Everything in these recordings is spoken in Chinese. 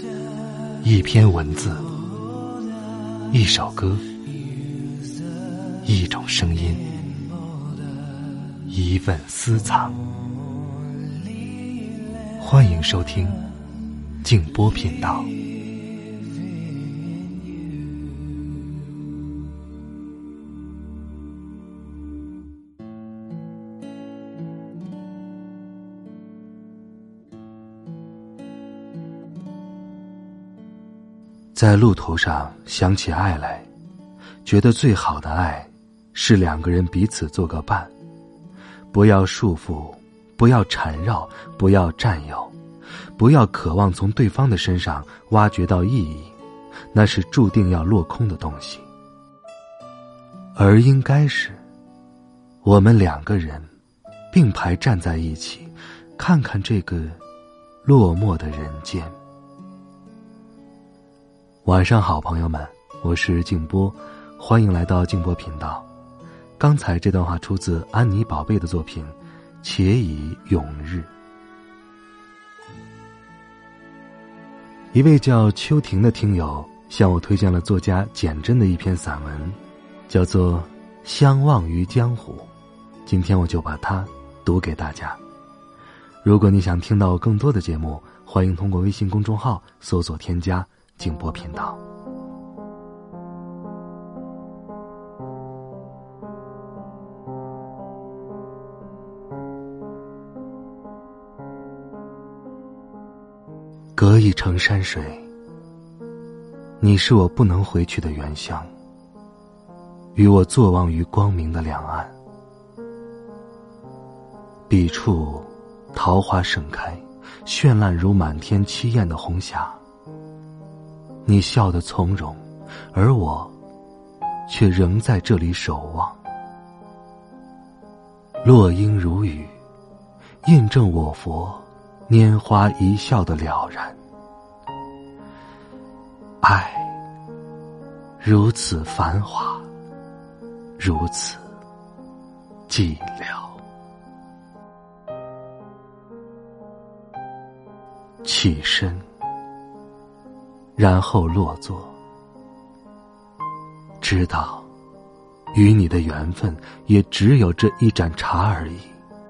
一篇文字，一首歌，一种声音，一份私藏。欢迎收听静波频道。在路途上想起爱来，觉得最好的爱是两个人彼此做个伴，不要束缚，不要缠绕，不要占有，不要渴望从对方的身上挖掘到意义，那是注定要落空的东西。而应该是我们两个人并排站在一起，看看这个落寞的人间。晚上好，朋友们，我是静波，欢迎来到静波频道。刚才这段话出自安妮宝贝的作品《且以永日》。一位叫秋婷的听友向我推荐了作家简真的一篇散文，叫做《相忘于江湖》，今天我就把它读给大家。如果你想听到更多的节目，欢迎通过微信公众号搜索添加静波频道。隔一程山水，你是我不能回去的原乡，与我坐望于光明的两岸。彼处桃花盛开，绚烂如满天凄艳的红霞。你笑得从容，而我却仍在这里守望。落英如雨，印证我佛拈花一笑的了然。爱如此繁华，如此寂寥。起身，然后落座，知道与你的缘分也只有这一盏茶而已。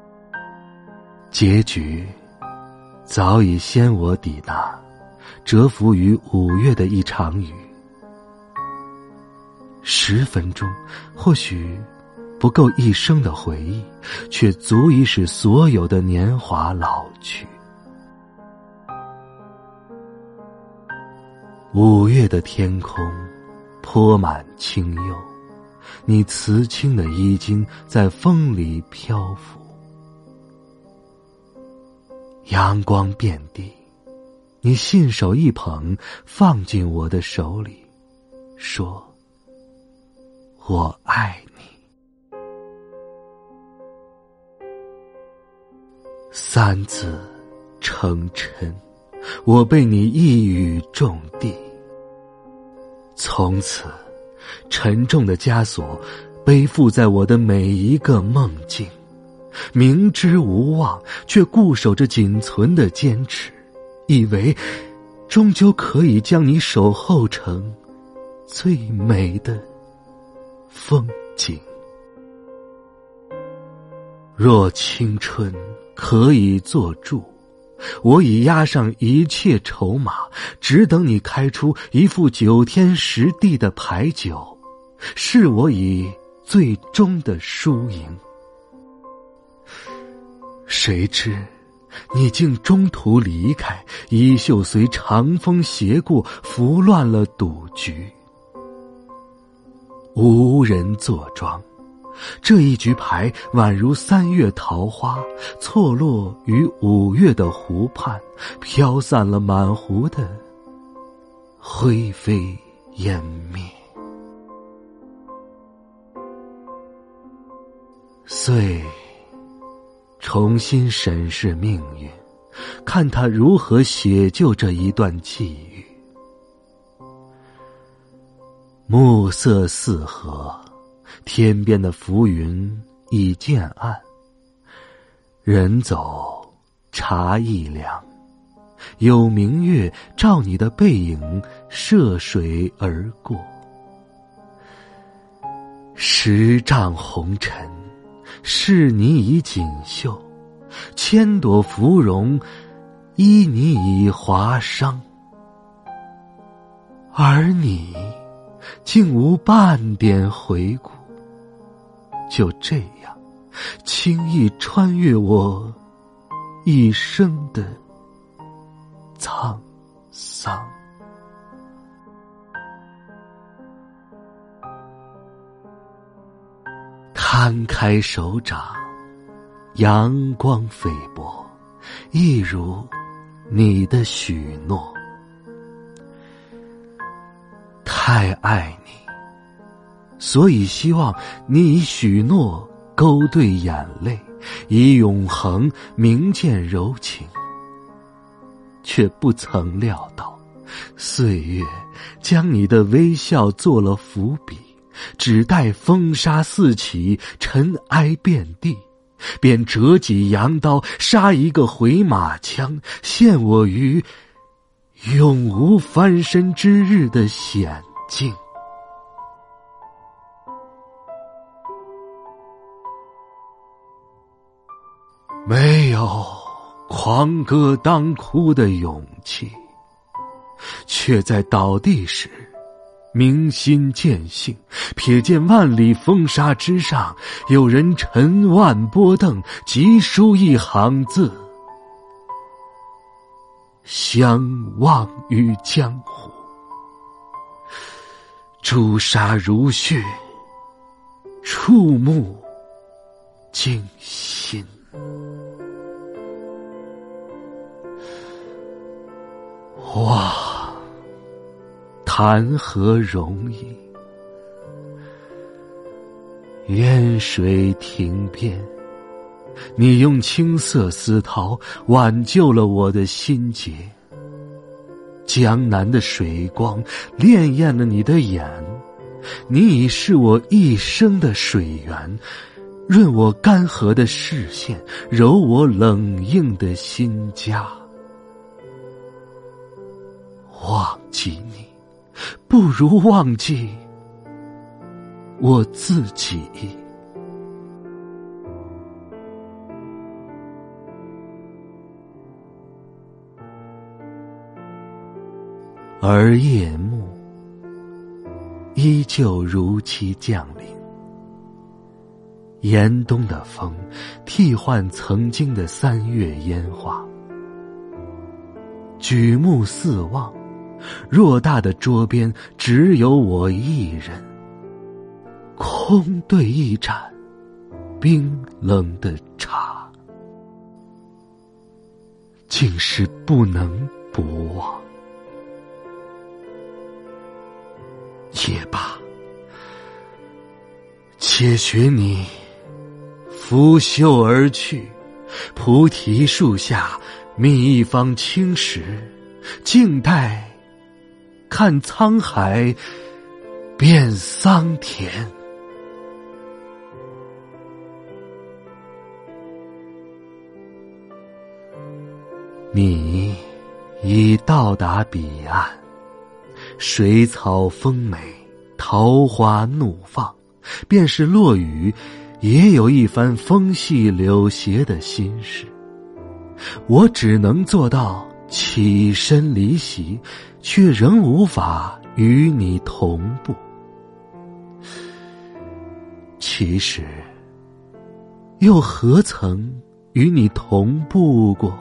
结局早已先我抵达，蛰伏于5月的一场雨。10分钟或许不够一生的回忆，却足以使所有的年华老去。5月的天空泼满清幽，你瓷青的衣襟在风里漂浮。阳光遍地，你信手一捧，放进我的手里，说我爱你。3字成尘，我被你一语中的。从此沉重的枷锁背负在我的每一个梦境，明知无望，却固守着仅存的坚持，以为终究可以将你守候成最美的风景。若青春可以做注，我已押上一切筹码，只等你开出一副9天10地的牌九，是我以最终的输赢。谁知你竟中途离开，衣袖随长风斜过，拂乱了赌局。无人坐庄，这一局牌宛如3月桃花，错落于5月的湖畔，飘散了满湖的灰飞烟灭。遂重新审视命运，看他如何写就这一段际遇。暮色四合，天边的浮云已渐暗，人走茶亦凉， 有明月照你的背影涉水而过。10丈红尘，是你以锦绣，1000朵芙蓉，依你以华裳。而你竟无半点回顾，就这样轻易穿越我一生的沧桑。摊开手掌，阳光菲薄，一如你的许诺。太爱你，所以希望你以许诺勾兑眼泪，以永恒明鉴柔情。却不曾料到，岁月将你的微笑做了伏笔，只待风沙四起，尘埃遍地，便折戟扬刀，杀一个回马枪，陷我于永无翻身之日的险境。没有狂歌当哭的勇气，却在倒地时明心见性，瞥见万里风沙之上，有人沉万波登，急书一行字：相忘于江湖。朱砂如血，触目惊心。哇，谈何容易！烟水亭边，你用青色丝绦挽救了我的心结。江南的水光潋滟了你的眼，你已是我一生的水源，润我干涸的视线，柔我冷硬的心家。忘记你，不如忘记我自己。而夜幕依旧如期降临，严冬的风替换曾经的3月烟花。举目四望，偌大的桌边只有我一人，空对一盏冰冷的茶，竟是不能不忘。也罢，且学你拂袖而去，菩提树下觅一方青石，静待看沧海变桑田。你已到达彼岸，水草丰美，桃花怒放，便是落雨，也有一番风细柳斜的心事。我只能做到起身离席，却仍无法与你同步。其实，又何曾与你同步过？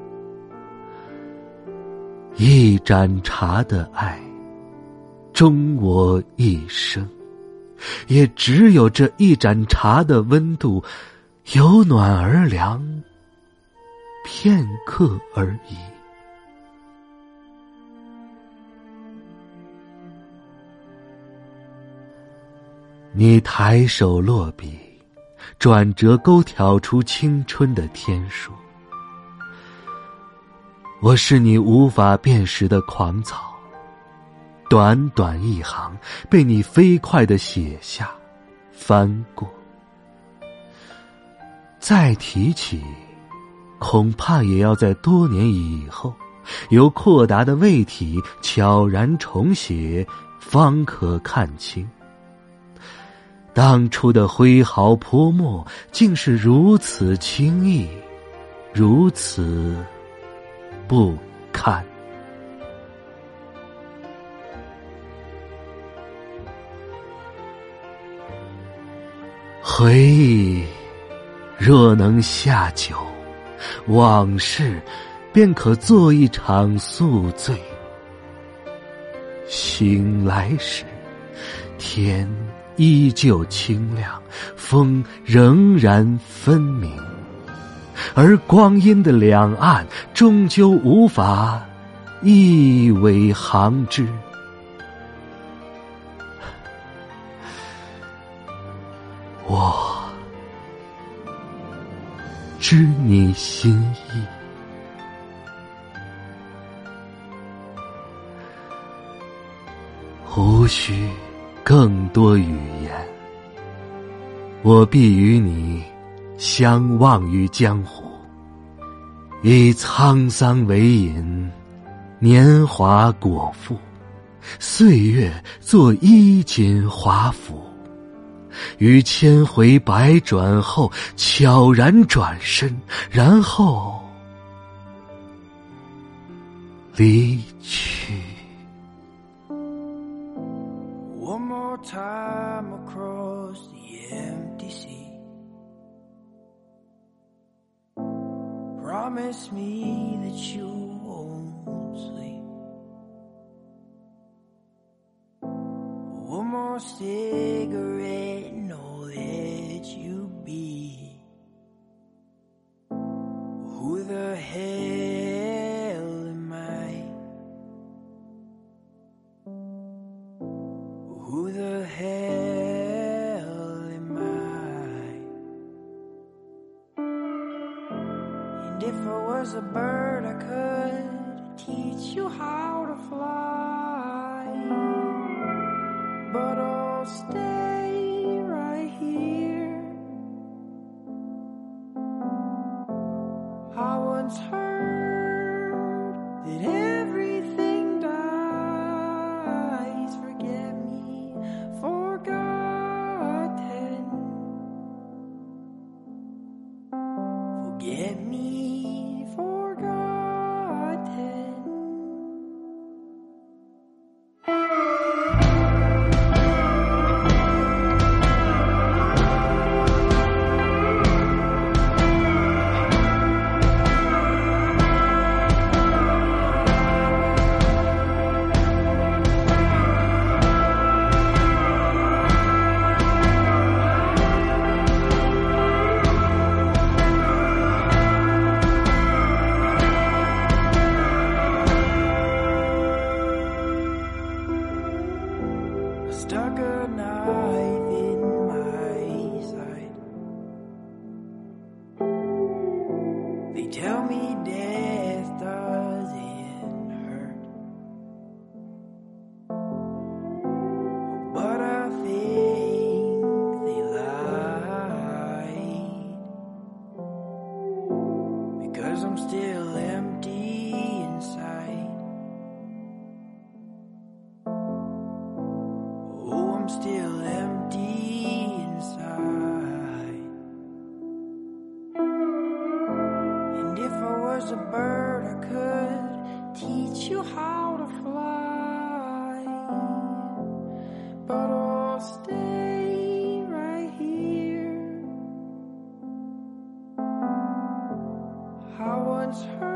一盏茶的爱，终我一生，也只有这一盏茶的温度，由暖而凉，片刻而已。你抬手落笔，转折勾挑出青春的天数。我是你无法辨识的狂草，短短一行被你飞快地写下翻过。再提起，恐怕也要在多年以后， 由阔达的胃体悄然重写，方可看清。当初的挥毫泼墨，竟是如此轻易，如此不堪。回忆若能下酒，往事便可做一场宿醉。醒来时，天依旧清亮，风仍然分明，而光阴的两岸终究无法一苇航之。我知你心意，无需更多语言，我必与你相忘于江湖，以沧桑为饮，年华果腹，岁月做衣锦华服。于千回百转后悄然转身，然后离去。 One more time across the empty sea. Promise me that you won't sleep. One more cigarette and I'll let you be. Who the hell am I? Who the hell am I? And if I was a bird, I could teach you how to fly. But I'll stay right here. I once heard that everything dies. Forget me, forgotten. Forget me, forgotten. Stuck a knife in my side. They tell me death doesn't hurt, but I think they lied, because I'm still empty inside. Oh, I'm still empty inside. And if I was a bird, I could teach you how to fly. But I'll stay right here. I once heard